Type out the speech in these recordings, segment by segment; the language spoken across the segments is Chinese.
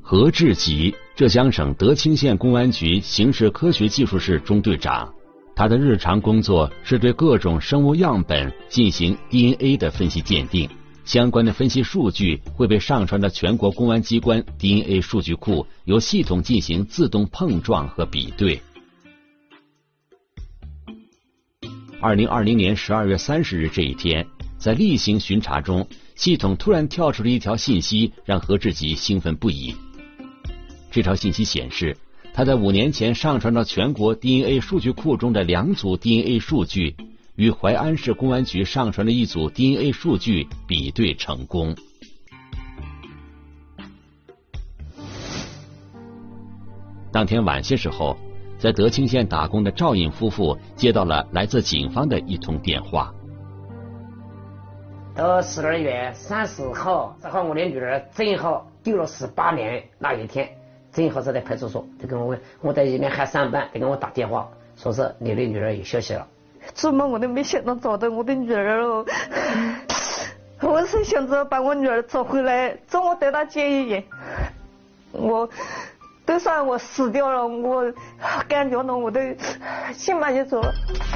何志吉，浙江省德清县公安局刑事科学技术室中队长。他的日常工作是对各种生物样本进行 DNA 的分析鉴定，相关的分析数据会被上传到全国公安机关 DNA 数据库，由系统进行自动碰撞和比对。2020年12月30日这一天，在例行巡查中，系统突然跳出了一条信息，让何志吉兴奋不已。这条信息显示，他在5年前上传到全国 DNA 数据库中的2组 DNA 数据，与淮安市公安局上传的一组 DNA 数据比对成功。当天晚些时候，在德清县打工的赵颖夫妇接到了来自警方的一通电话。 到12月30号，这和我的女儿正好丢了18年那一天，正好是在派出所，就跟我在里面还上班，就跟我打电话，说是你的女儿有消息了。 做梦我都没想到找到我的女儿了，我是想着把我女儿找回来，让我得到监狱。我都算我死掉了，我感觉到我的心嘛就走了。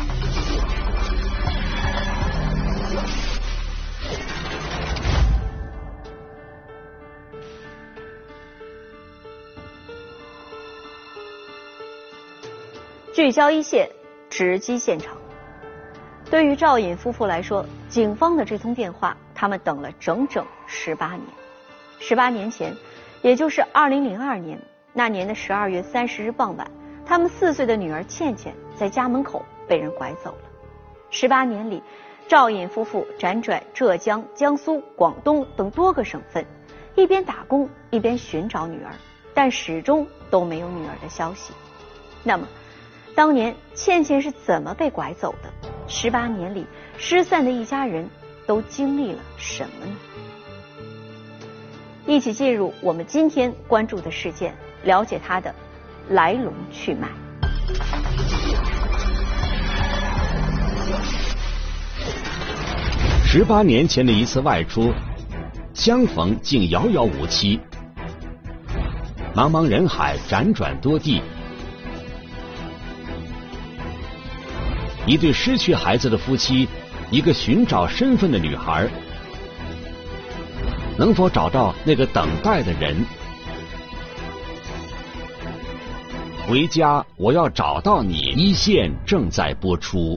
聚焦一线，直击现场。对于赵颖夫妇来说，警方的这通电话，他们等了整整18年。18年前，也就是2002年，那年的12月30日傍晚，他们4岁的女儿倩倩在家门口被人拐走了。18年里，赵颖夫妇辗转浙江、江苏、广东等多个省份，一边打工一边寻找女儿，但始终都没有女儿的消息。那么，当年倩倩是怎么被拐走的？18年里失散的一家人都经历了什么呢？一起进入我们今天关注的事件，了解它的来龙去脉。 18年前的一次外出，相逢竟遥遥无期。茫茫人海，辗转多地。一对失去孩子的夫妻，一个寻找身份的女孩，能否找到那个等待的人？回家，我要找到你。一线正在播出。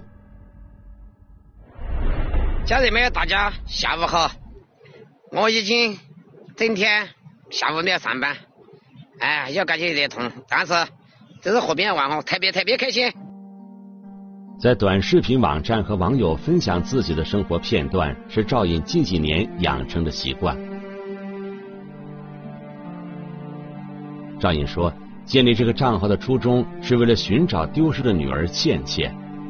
家人们，大家下午好！我已经整天下午没有上班，要感觉有点痛，但是这是河边玩，特别开心。 在短视频网站和网友分享自己的生活片段，是赵颖近几年养成的习惯。赵颖说，建立这个账号的初衷是为了寻找丢失的女儿倩倩。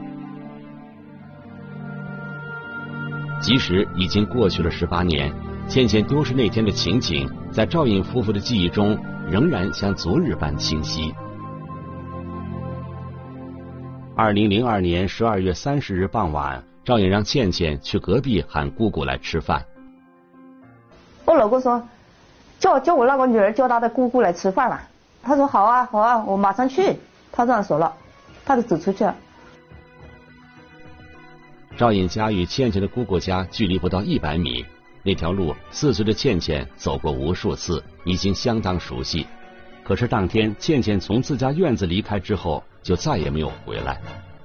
即使已经过去了18年，倩倩丢失那天的情景，在赵颖夫妇的记忆中仍然像昨日般清晰。2002年12月30日傍晚，赵颖让倩倩去隔壁喊姑姑来吃饭。 我老公说，叫我那个女儿叫她的姑姑来吃饭了。他说好啊，我马上去。他这样说了，他就走出去了。 赵颖家与倩倩的姑姑家距离不到100米，那条路4岁的倩倩走过无数次，已经相当熟悉。可是当天倩倩从自家院子离开之后，就再也没有回来。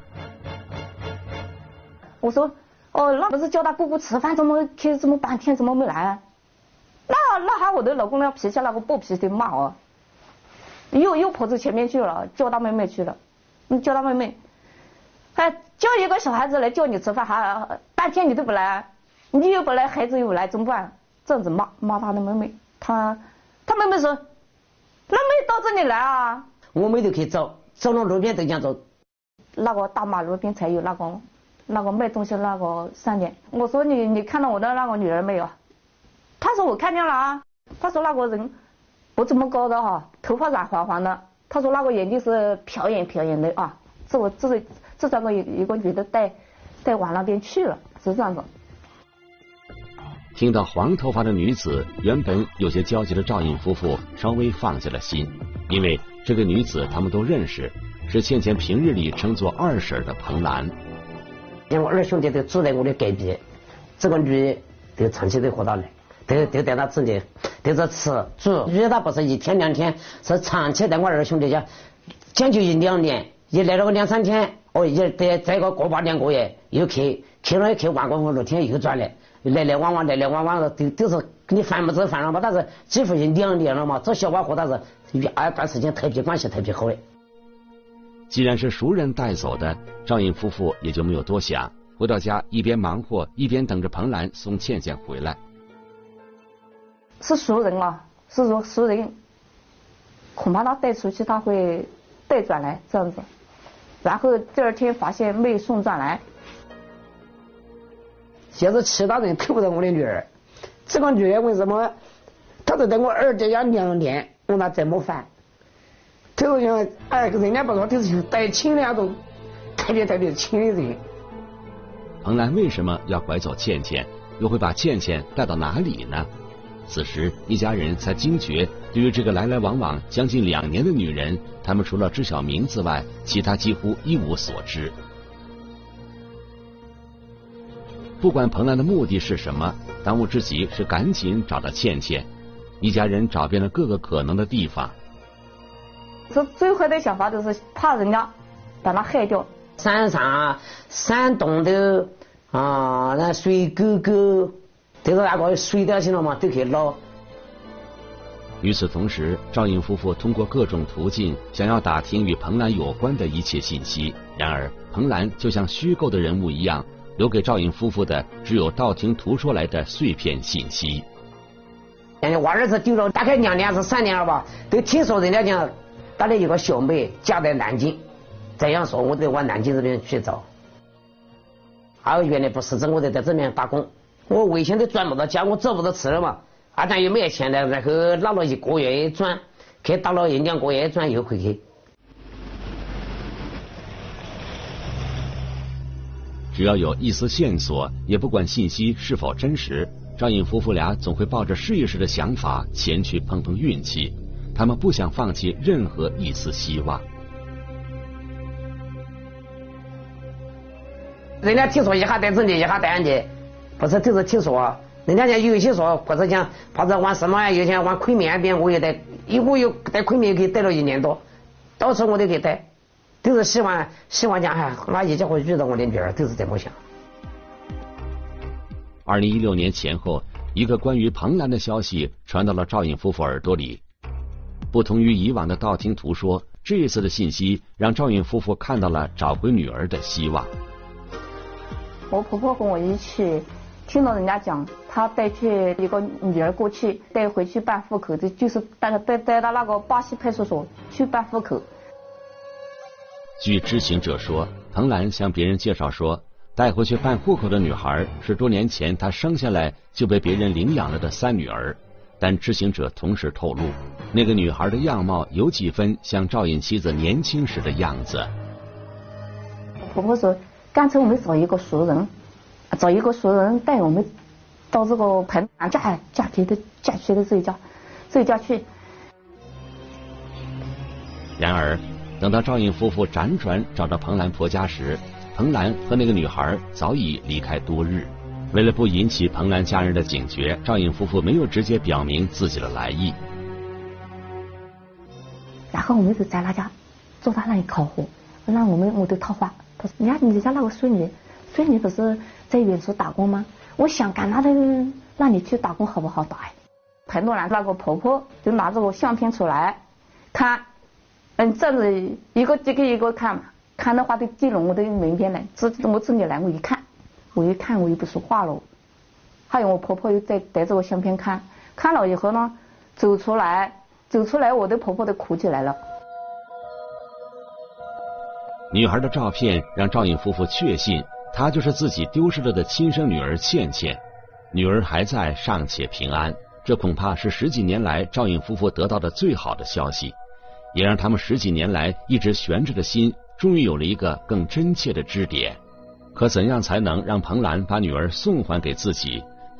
我说，那不是叫他姑姑吃饭，怎么去这么半天怎么没来啊？那还我的老公那脾气，那个暴脾气骂我，又跑到前面去了，叫他妹妹去了。叫他妹妹，还叫一个小孩子来叫你吃饭，还半天你都不来，你又不来，孩子又不来，怎么办？这样子骂他的妹妹，他妹妹说，那没到这里来啊。 我们都可以走到路边都讲走。 那个大马路边才有那个卖东西那个商店。我说你看到我的那个女儿没有？他说我看见了啊。他说那个人不这么高的哈，头发染黄黄的。他说那个眼睛是瞟眼的啊。这个一个女的带往那边去了，是这样子。 听到黄头发的女子，原本有些焦急的赵颖夫妇稍微放下了心，因为这个女子他们都认识，是倩倩平日里称作二婶的彭兰。 因为我二兄弟都住在我的隔壁，这个女都长期都活到来，都在那自己都在吃住，女的不是一天两天，是长期在我二兄弟家，将近1-2年，一来了个2-3天，也得再个过8-2个月又去了去玩个5-6天又转来。来往往的都是你烦不烦了嘛？但是几乎是2年了嘛，这小娃伙但是段时间特别关系特别好的。 既然是熟人带走的，赵颖夫妇也就没有多想，回到家一边忙活一边等着彭兰送倩倩回来。 是熟人啊，是说熟人，恐怕他带出去他会带转来这样子，然后第2天发现没送转来。 现在其他人看不到我的女儿，这个女儿为什么她都在我二姐家2年，让她这么烦？就是像人家不说都是带亲的那种特别亲的人。 彭兰为什么要拐走倩倩，又会把倩倩带到哪里呢？此时一家人才惊觉，对于这个来来往往将近2年的女人，他们除了知晓名字外，其他几乎一无所知。不管彭兰的目的是什么，当务之急是赶紧找到倩倩。一家人找遍了各个可能的地方。 这最坏的想法就是怕人家把他害掉。 山上、山洞的那水沟沟，都是那个水掉去了嘛，都可以捞。 与此同时，赵颖夫妇通过各种途径想要打听与彭兰有关的一切信息，然而彭兰就像虚构的人物一样，留给赵颖夫妇的只有道听途说来的碎片信息。 我儿子丢了大概2年还是3年了吧，都听说人家讲大概有个小妹嫁在南京，这样说我得往南京这边去找。原来不是，我得在这边打工，我危险都转不到家，我找不到吃了嘛，咱又没钱的，然后拿了1个月一转，去打了1-2个月一转又回去。 只要有一丝线索，也不管信息是否真实，赵颖夫妇俩总会抱着试一试的想法前去碰碰运气。他们不想放弃任何一丝希望。 人家听说一下带这里，一下带那里，不是都是听说。人家讲有些说，或者讲或者往什么，有些往昆明那边我也带，我有带昆明给带了1年多，到处我都给带，都是希望讲那一家会遇到我的女儿，都是这么想。 2016年前后，一个关于彭兰的消息传到了赵颖夫妇耳朵里。不同于以往的道听途说，这一次的信息让赵颖夫妇看到了找回女儿的希望。 我婆婆跟我一起听到人家讲，她带去一个女儿过去，带回去办户口，就是带到那个巴西派出所去办户口。 据知情者说，彭兰向别人介绍说，带回去办户口的女孩是多年前她生下来就被别人领养了的3女儿。但知情者同时透露，那个女孩的样貌有几分像赵颖妻子年轻时的样子。 婆婆说，干脆我们找一个熟人带我们到这个彭兰嫁去的这一家去。 然而，等到赵颖夫妇辗转找到彭兰婆家时，彭兰和那个女孩早已离开多日。为了不引起彭兰家人的警觉，赵颖夫妇没有直接表明自己的来意。 然后我们就在那家坐在那里烤火，让我都套话。他说：“你家那个孙女不是在远处打工吗？我想赶她的，让你去打工好不好打？”彭多兰那个婆婆就拿着个相片出来看，这样子一个看嘛，看的话都进了我的门边来，我自己来我一看我又不说话了。还有我婆婆又带着我相片看了以后呢，走出来我的婆婆都哭起来了。 女孩的照片让赵颖夫妇确信她就是自己丢失了的亲生女儿倩倩。女儿还在，尚且平安，这恐怕是10几年来赵颖夫妇得到的最好的消息，也让他们10几年来一直悬着的心终于有了一个更真切的支点。可怎样才能让彭兰把女儿送还给自己？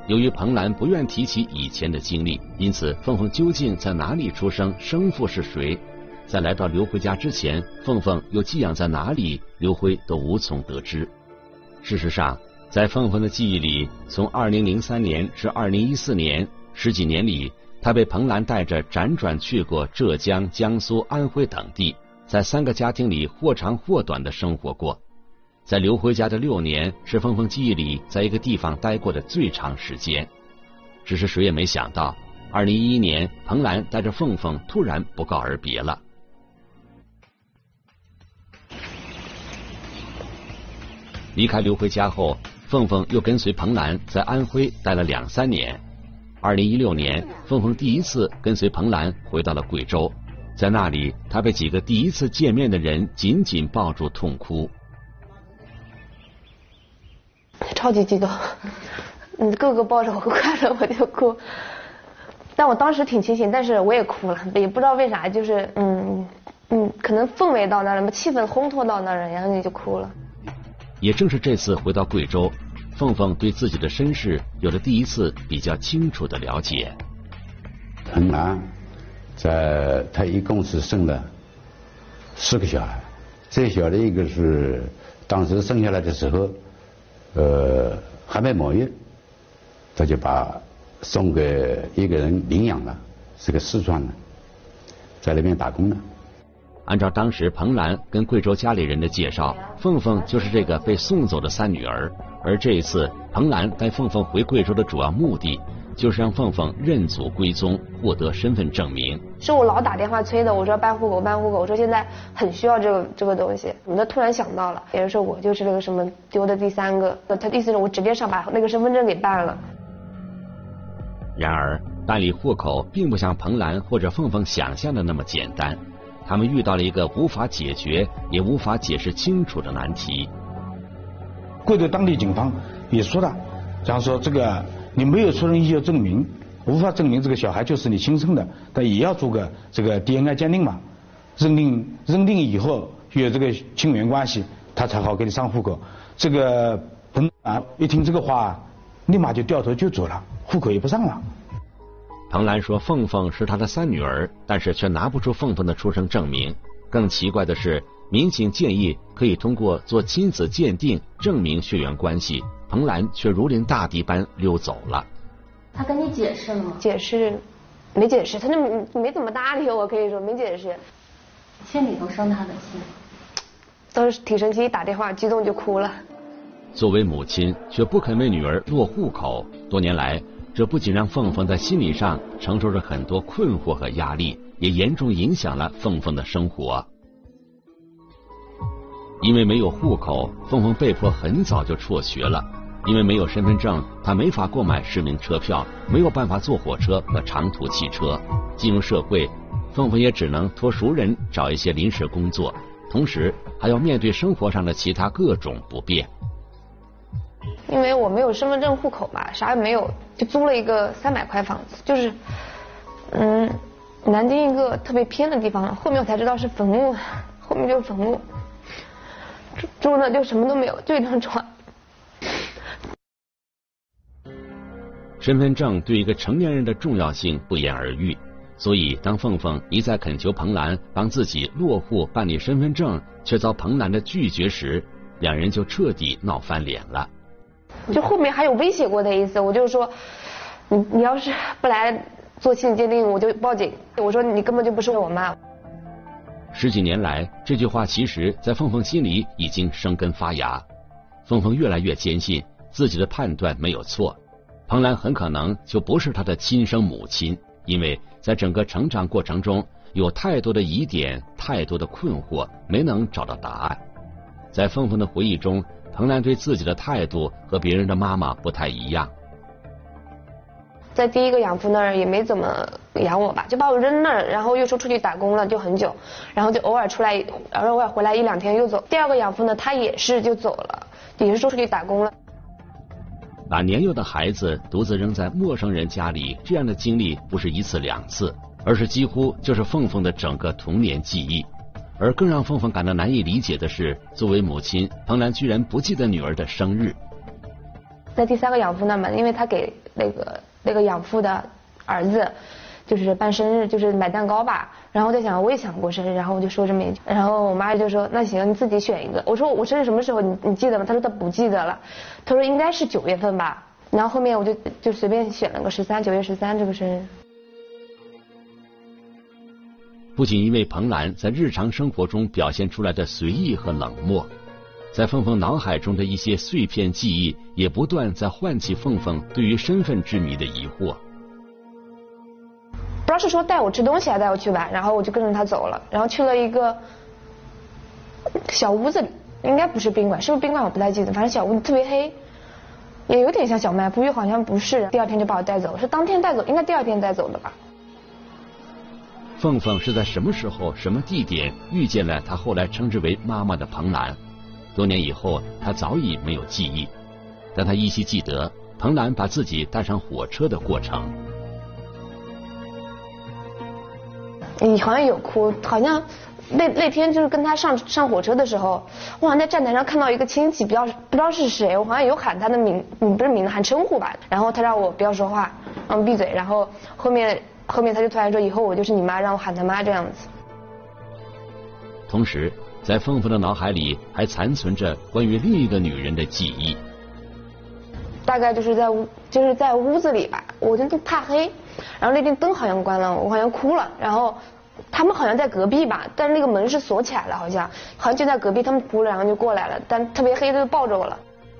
由于彭兰不愿提起以前的经历，因此凤凤究竟在哪里出生，生父是谁，在来到刘辉家之前，凤凤又寄养在哪里，刘辉都无从得知。事实上，在凤凤的记忆里，从2003年至2014年10几年里，他被彭兰带着辗转去过浙江、江苏、安徽等地，在3个家庭里或长或短的生活过。在刘辉家的6年是凤凤记忆里在一个地方待过的最长时间。只是谁也没想到，2011年彭兰带着凤凤突然不告而别了。离开刘辉家后，凤凤又跟随彭兰在安徽待了2、3年。2016年，凤凤第一次跟随彭兰回到了贵州，在那里，她被几个第一次见面的人紧紧抱住痛哭。 超级激动，个个抱着我快乐我就哭，但我当时挺清醒，但是我也哭了，也不知道为啥，就是可能氛围到那儿了，气氛烘托到那儿了，然后你就哭了。 也正是这次回到贵州，凤凤对自己的身世有了第一次比较清楚的了解。 彭兰他一共是生了4个小孩，最小的一个是当时生下来的时候还没满月，他就把送给一个人领养了，是个四川的，在那边打工的。 按照当时彭兰跟贵州家里人的介绍，凤凤就是这个被送走的3女儿。而这一次彭兰带凤凤回贵州的主要目的，就是让凤凤认祖归宗，获得身份证明。 是我老打电话催的，我说办户口，我说现在很需要这个东西。我就突然想到了，别人说我就是那个什么丢的第3个，他的意思是我直接上把那个身份证给办了。 然而办理户口并不像彭兰或者凤凤想象的那么简单，他们遇到了一个无法解决也无法解释清楚的难题。 贵州当地警方也说了，假如说这个你没有出人意义证明，无法证明这个小孩就是你亲生的，但也要做个这个 DNA 鉴定嘛，认定以后有这个亲缘关系，他才好给你上户口。这个彭兰一听这个话，立马就掉头就走了，户口也不上了。 彭兰说凤凤是他的3女儿，但是却拿不出凤凤的出生证明。更奇怪的是，民警建议可以通过做亲子鉴定证明血缘关系，彭兰却如临大敌般溜走了。 他跟你解释了吗？ 解释没解释，他就没怎么搭理我，可以说没解释。 心里头生他的气。 当时挺生气，一打电话激动就哭了。 作为母亲，却不肯为女儿落户口，多年来，这不仅让凤凤在心理上承受着很多困惑和压力，也严重影响了凤凤的生活。因为没有户口，凤凤被迫很早就辍学了。因为没有身份证，她没法购买市民车票，没有办法坐火车和长途汽车。进入社会，凤凤也只能托熟人找一些临时工作，同时还要面对生活上的其他各种不便。 因为我没有身份证、户口嘛，啥也没有，就租了一个300块房子，就是南京一个特别偏的地方，后面我才知道是坟墓，后面就是坟墓，住那就什么都没有，就一张床。 身份证对一个成年人的重要性不言而喻，所以当凤凤一再恳求彭兰帮自己落户办理身份证，却遭彭兰的拒绝时，两人就彻底闹翻脸了。 就后面还有威胁过的意思，我就说你要是不来做亲子鉴定，我就报警。我说你根本就不是我妈。 10几年来，这句话其实在凤凤心里已经生根发芽。凤凤越来越坚信自己的判断没有错，彭兰很可能就不是她的亲生母亲，因为在整个成长过程中有太多的疑点，太多的困惑，没能找到答案。在凤凤的回忆中，彭兰对自己的态度和别人的妈妈不太一样。 在第一个养父那儿也没怎么养我吧，就把我扔那儿，然后又说出去打工了，就很久，然后就偶尔出来，偶尔回来1、2天又走。第二个养父呢，他也是就走了，也是说出去打工了。 把年幼的孩子独自扔在陌生人家里，这样的经历不是1次2次，而是几乎就是凤凤的整个童年记忆。而更让凤凤感到难以理解的是，作为母亲，彭兰居然不记得女儿的生日。 在第3个养父那嘛，因为他给那个养父的儿子，就是办生日，就是买蛋糕吧。然后我在想，我也想过生日，然后我就说这么一句，然后我妈就说那行，你自己选一个。我说我生日什么时候？你记得吗？她说她不记得了，她说应该是9月份吧。然后后面我就随便选了个9月13这个生日。 不仅因为彭兰在日常生活中表现出来的随意和冷漠，在凤凤脑海中的一些碎片记忆也不断在唤起凤凤对于身份之谜的疑惑。 不知道是说带我吃东西还带我去玩，然后我就跟着他走了，然后去了一个小屋子里，应该不是宾馆，是不是宾馆我不太记得，反正小屋子特别黑，也有点像小卖部，又好像不是。第二天就把我带走，是当天带走，应该第二天带走的吧。 凤凤是在什么时候、什么地点遇见了她后来称之为妈妈的彭兰？多年以后，她早已没有记忆，但她依稀记得彭兰把自己带上火车的过程。 你好像有哭，好像那天就是跟他上火车的时候，我好像在站台上看到一个亲戚，不知道是谁，我好像有喊他的名，不是名字，喊称呼吧。然后他让我不要说话，让我闭嘴。然后后面他就突然说，以后我就是你妈，让我喊他妈这样子。 同时，在凤凤的脑海里还残存着关于另一个女人的记忆。 大概就是在屋子里吧，我就怕黑，然后那天灯好像关了，我好像哭了，然后他们好像在隔壁吧，但是那个门是锁起来了，好像就在隔壁，他们哭了，然后就过来了，但特别黑，他就抱着我了。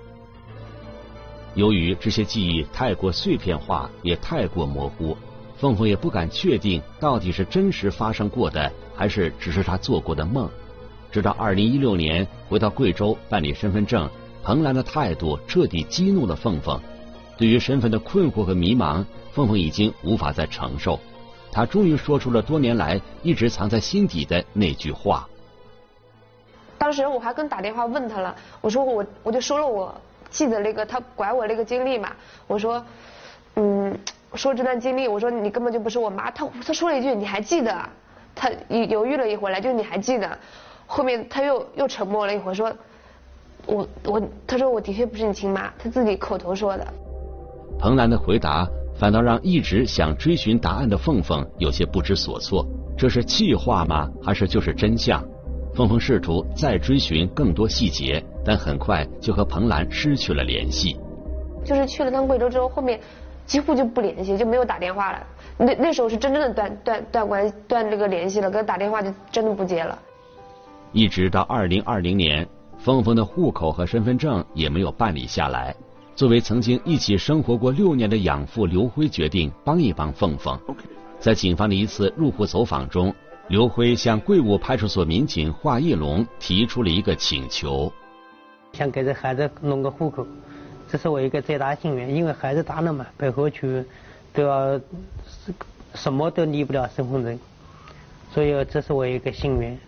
由于这些记忆太过碎片化，也太过模糊，凤凤也不敢确定到底是真实发生过的，还是只是她做过的梦。直到2016年回到贵州办理身份证，彭兰的态度彻底激怒了凤凤。对于身份的困惑和迷茫，凤凤已经无法再承受。她终于说出了多年来一直藏在心底的那句话。 当时我还跟打电话问他了，我说我就说了我记得那个他拐我那个经历嘛，我说说这段经历，我说你根本就不是我妈。他说了一句你还记得？他犹豫了一会儿来，就你还记得？后面他又沉默了一会儿，说他说我的确不是你亲妈，他自己口头说的。 彭兰的回答反倒让一直想追寻答案的凤凤有些不知所措，这是气话吗？还是就是真相？凤凤试图再追寻更多细节，但很快就和彭兰失去了联系。 就是去了趟贵州之后，后面几乎就不联系，就没有打电话了。那时候是真正的断这个联系了，跟他打电话就真的不接了。 一直到2020年，凤凤的户口和身份证也没有办理下来。作为曾经一起生活过6年的养父刘辉决定帮一帮凤凤。在警方的一次入户走访中，刘辉向贵武派出所民警华义龙提出了一个请求， 想给这孩子弄个户口，这是我一个最大心愿，因为孩子大了嘛，北河区都要什么都离不了身份证，所以这是我一个心愿。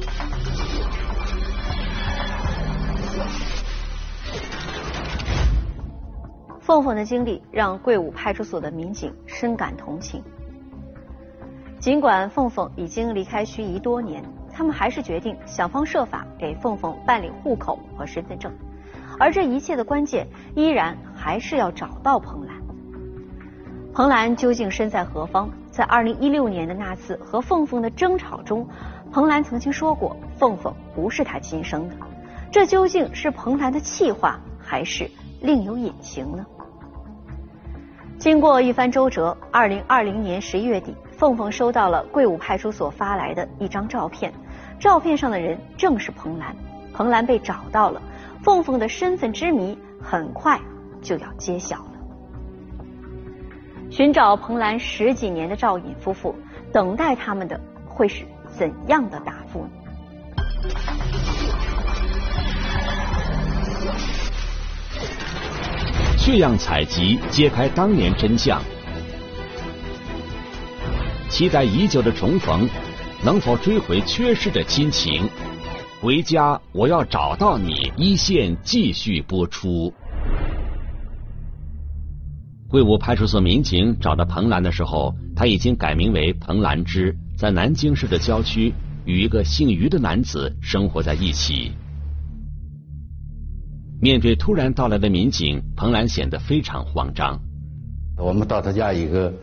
凤凤的经历让贵武派出所的民警深感同情。尽管凤凤已经离开盱眙多年，他们还是决定想方设法给凤凤办理户口和身份证。而这一切的关键依然还是要找到彭兰。彭兰究竟身在何方？在2016年的那次和凤凤的争吵中，彭兰曾经说过凤凤不是她亲生的。这究竟是彭兰的气话，还是另有隐情呢？经过一番周折，2020年11月底，凤凤收到了贵武派出所发来的一张照片，照片上的人正是彭兰。彭兰被找到了，凤凤的身份之谜很快就要揭晓了。寻找彭兰10几年的赵颖夫妇，等待他们的会是怎样的答复呢？ 血样采集揭开当年真相，期待已久的重逢能否追回缺失的亲情？回家我要找到你，一线继续播出。贵武派出所民警找到彭兰的时候，他已经改名为彭兰芝，在南京市的郊区与一个姓于的男子生活在一起。面对突然到来的民警，彭兰显得非常慌张。 我们到她家以后，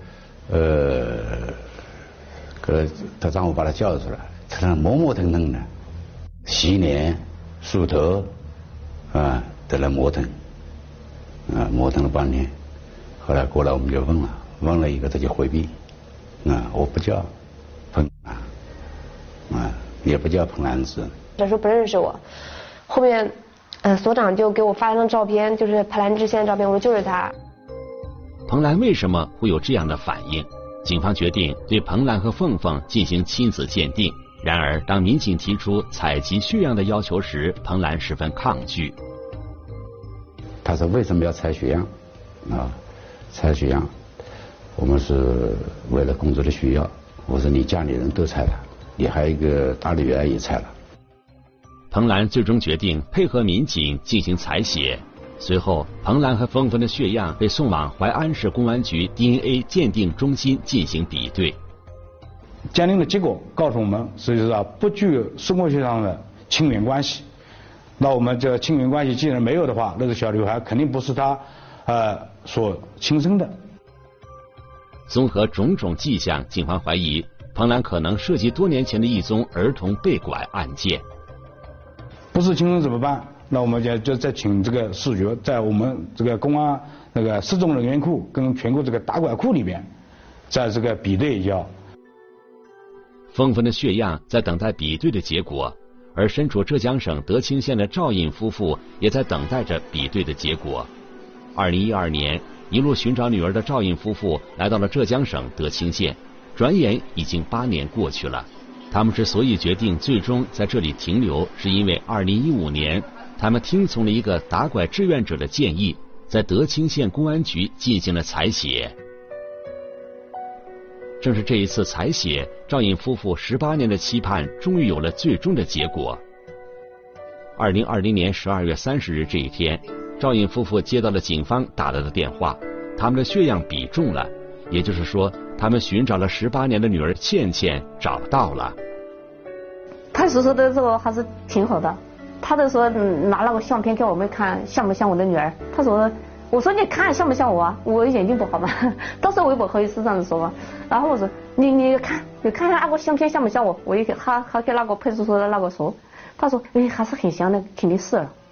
她丈夫把她叫出来，她那磨腾腾的，洗脸、梳头，都来磨腾，磨腾了半天。后来过来我们就问了一个，她就回避，我不叫彭兰，也不叫彭兰子。 他说不认识我，后面所长就给我发了张照片，就是彭兰知县的照片，我说就是他。 彭兰为什么会有这样的反应？警方决定对彭兰和凤凤进行亲子鉴定。然而，当民警提出采集血样的要求时，彭兰十分抗拒。 他说为什么要采血样？采血样，我们是为了工作的需要。我说你家里人都采了，你还有一个大女儿也采了。 彭兰最终决定配合民警进行采血。随后，彭兰和凤凤的血样被送往淮安市公安局 DNA 鉴定中心进行比对。 鉴定的结果告诉我们，实际上不具生活学上的亲缘关系。那我们这亲缘关系既然没有的话，那个小女孩肯定不是她所亲生的。 综合种种迹象，警方怀疑彭兰可能涉及多年前的一宗儿童被拐案件。 不是亲生怎么办？那我们就再请这个市局在我们这个公安那个失踪人员库跟全国这个打拐库里面，在这个比对一下。 凤凤的血样在等待比对的结果，而身处浙江省德清县的赵颖夫妇也在等待着比对的结果。2012年，一路寻找女儿的赵颖夫妇来到了浙江省德清县，转眼已经8年过去了。他们之所以决定最终在这里停留，是因为2015年，他们听从了一个打拐志愿者的建议，在德清县公安局进行了采血。正是这一次采血，赵颖夫妇18年的期盼终于有了最终的结果。2020年12月30日这一天，赵颖夫妇接到了警方打来的电话，他们的血样比中了，也就是说，他们寻找了18年的女儿倩倩找到了。 派出所的这个还是挺好的，他就说拿那个相片给我们看，像不像我的女儿？他说，我说你看像不像我啊？我眼睛不好嘛，当时我也不好意思这样子说嘛。然后我说你看一下那个相片像不像我？我一给他给那个派出所的那个说，他说还是很像的，肯定是了。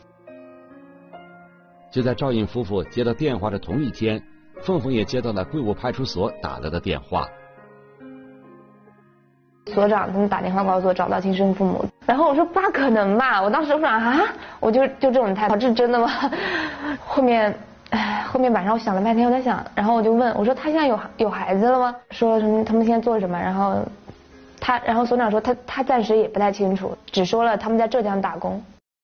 就在赵颖夫妇接到电话的同一天，凤凤也接到了贵武派出所打来的电话。 所长他们打电话告诉我找到亲生父母，然后我说不可能吧，我当时我想我就这种态度，这是真的吗？后面晚上我想了半天，我在想，然后我就问我说他现在有孩子了吗？说什么他们现在做什么？然后所长说他暂时也不太清楚，只说了他们在浙江打工。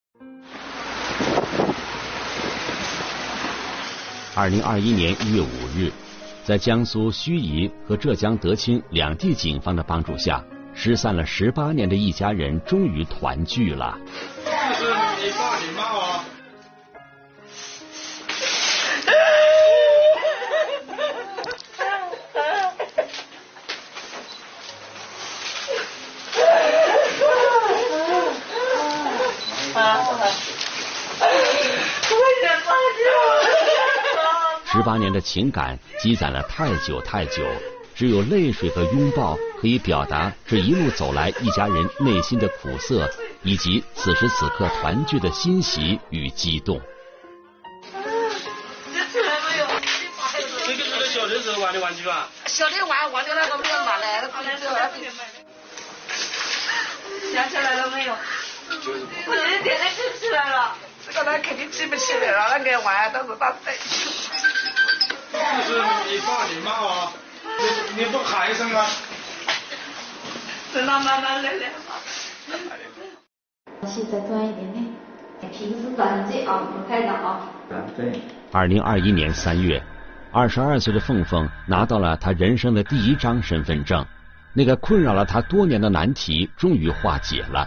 2021年1月5日，在江苏盱眙和浙江德清两地警方的帮助下，失散了18年的一家人终于团聚了。 这是你爸你妈哦。 18年的情感积攒了太久，只有泪水和拥抱可以表达这一路走来一家人内心的苦涩，以及此时此刻团聚的欣喜与激动。 这出来没有？这个是小的时候玩的玩具吧？ 小的玩的那个没有拿来， 想起来了没有？ 我一点都记不起来了。这个他肯定记不起来了，那个玩都是他带。 这是你爸你妈哦，你不喊一声吗？ 等他慢慢来。 气再端一点点，平时早上最不开的啊。 对。 2021年3月，22岁的凤凤拿到了她人生的第1张身份证，那个困扰了她多年的难题终于化解了。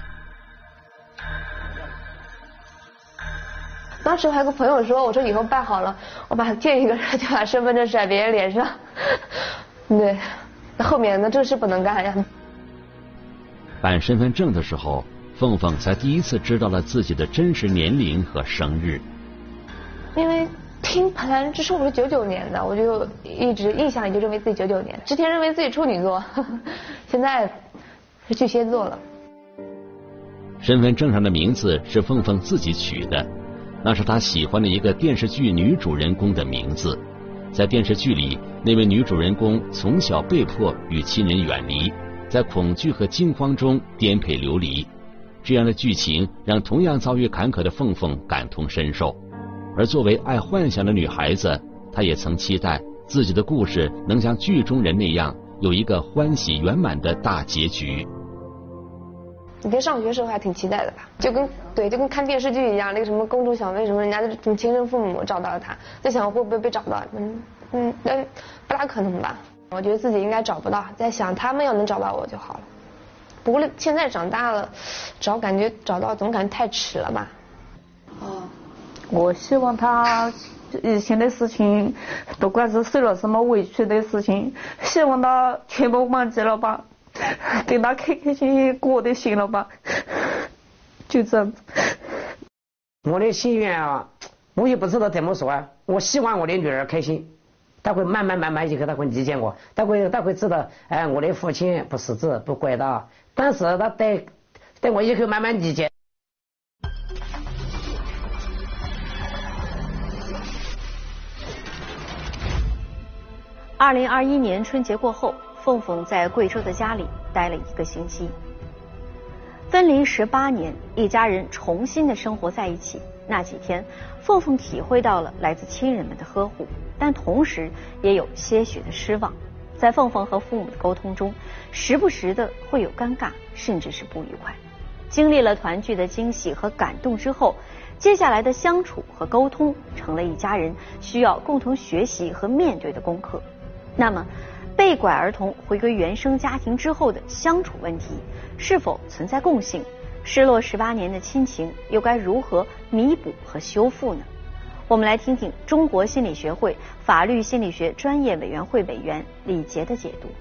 当时我还跟朋友说，我说以后办好了，我把见一个人就把身份证甩别人脸上。对，后面那这事不能干呀。 办身份证的时候，凤凤才第一次知道了自己的真实年龄和生日。 因为听盘，这是我是99年的，我就一直印象里就认为自己99年，之前认为自己处女座，现在是巨蟹座了。 身份证上的名字是凤凤自己取的，那是她喜欢的一个电视剧女主人公的名字。在电视剧里，那位女主人公从小被迫与亲人远离，在恐惧和惊慌中颠沛流离。这样的剧情让同样遭遇坎坷的凤凤感同身受。而作为爱幻想的女孩子，她也曾期待自己的故事能像剧中人那样有一个欢喜圆满的大结局。 以前上学时候还挺期待的吧，就跟看电视剧一样，那个什么公主小妹什么，人家的什么亲生父母找到了他，在想会不会被找到，不大可能吧。我觉得自己应该找不到，在想他们要能找到我就好了。不过现在长大了，感觉找到总感觉太迟了吧。 我希望他以前的事情，不管是受了什么委屈的事情，希望他全部忘记了吧。等他开开心心过就行了吧，就这样子。 我的心愿啊，我也不知道怎么说啊。我希望我的女儿开心，她会慢慢以后她会理解我，她会知道，我的父亲不识字不拐的，但是她等我以后慢慢理解。 2021年春节过后，凤凤在贵州的家里待了1个星期。分离18年，一家人重新的生活在一起。那几天，凤凤体会到了来自亲人们的呵护，但同时也有些许的失望。在凤凤和父母的沟通中，时不时的会有尴尬，甚至是不愉快。经历了团聚的惊喜和感动之后，接下来的相处和沟通成了一家人需要共同学习和面对的功课。那么，被拐儿童回归原生家庭之后的相处问题，是否存在共性？失落18年的亲情又该如何弥补和修复呢？我们来听听中国心理学会法律心理学专业委员会委员李杰的解读。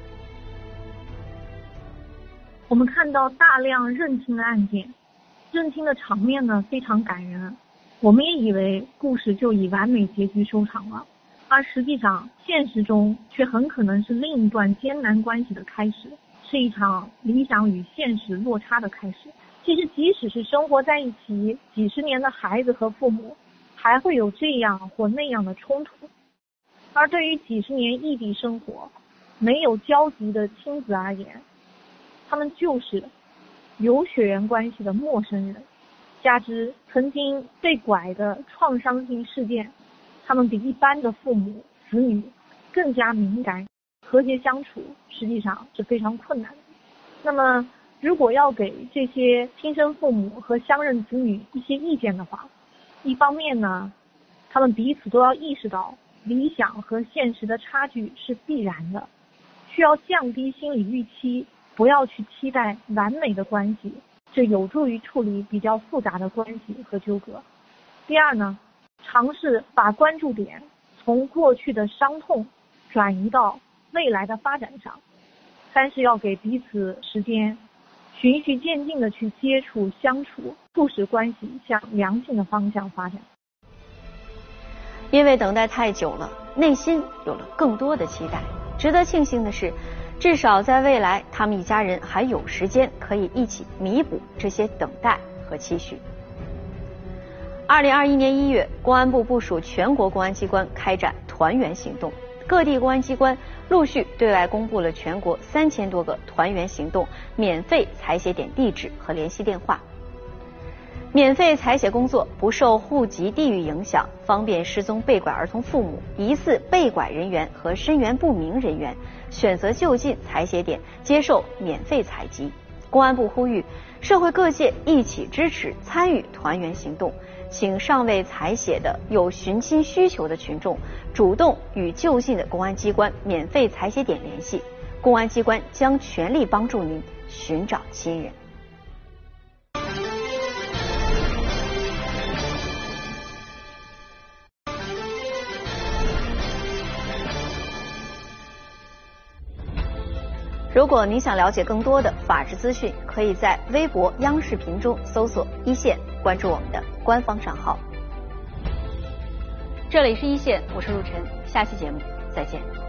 我们看到大量认亲的案件，认亲的场面呢非常感人，我们也以为故事就以完美结局收场了。而实际上，现实中却很可能是另一段艰难关系的开始，是一场理想与现实落差的开始。其实，即使是生活在一起几十年的孩子和父母，还会有这样或那样的冲突。而对于几十年异地生活、没有交集的亲子而言，他们就是有血缘关系的陌生人，加之曾经被拐的创伤性事件，他们比一般的父母子女更加敏感，和谐相处实际上是非常困难的。那么如果要给这些亲生父母和相认子女一些意见的话，一方面呢，他们彼此都要意识到理想和现实的差距是必然的，需要降低心理预期，不要去期待完美的关系，这有助于处理比较复杂的关系和纠葛。第二呢，尝试把关注点从过去的伤痛转移到未来的发展上。三是要给彼此时间，循序渐进的去接触相处，促使关系向良性的方向发展。 因为等待太久了，内心有了更多的期待。值得庆幸的是，至少在未来，他们一家人还有时间可以一起弥补这些等待和期许。2021年1月，公安部部署全国公安机关开展团圆行动，各地公安机关陆续对外公布了全国3000多个团圆行动免费采写点地址和联系电话。免费采写工作不受户籍地域影响，方便失踪被拐儿童父母、疑似被拐人员和身源不明人员选择就近采写点接受免费采集。公安部呼吁社会各界一起支持参与团圆行动，请尚未采写的有寻亲需求的群众主动与就近的公安机关免费采写点联系，公安机关将全力帮助您寻找亲人。如果您想了解更多的法治资讯，可以在微博、央视频中搜索一线，关注我们的官方账号。 这里是一线，我是陆晨，下期节目再见。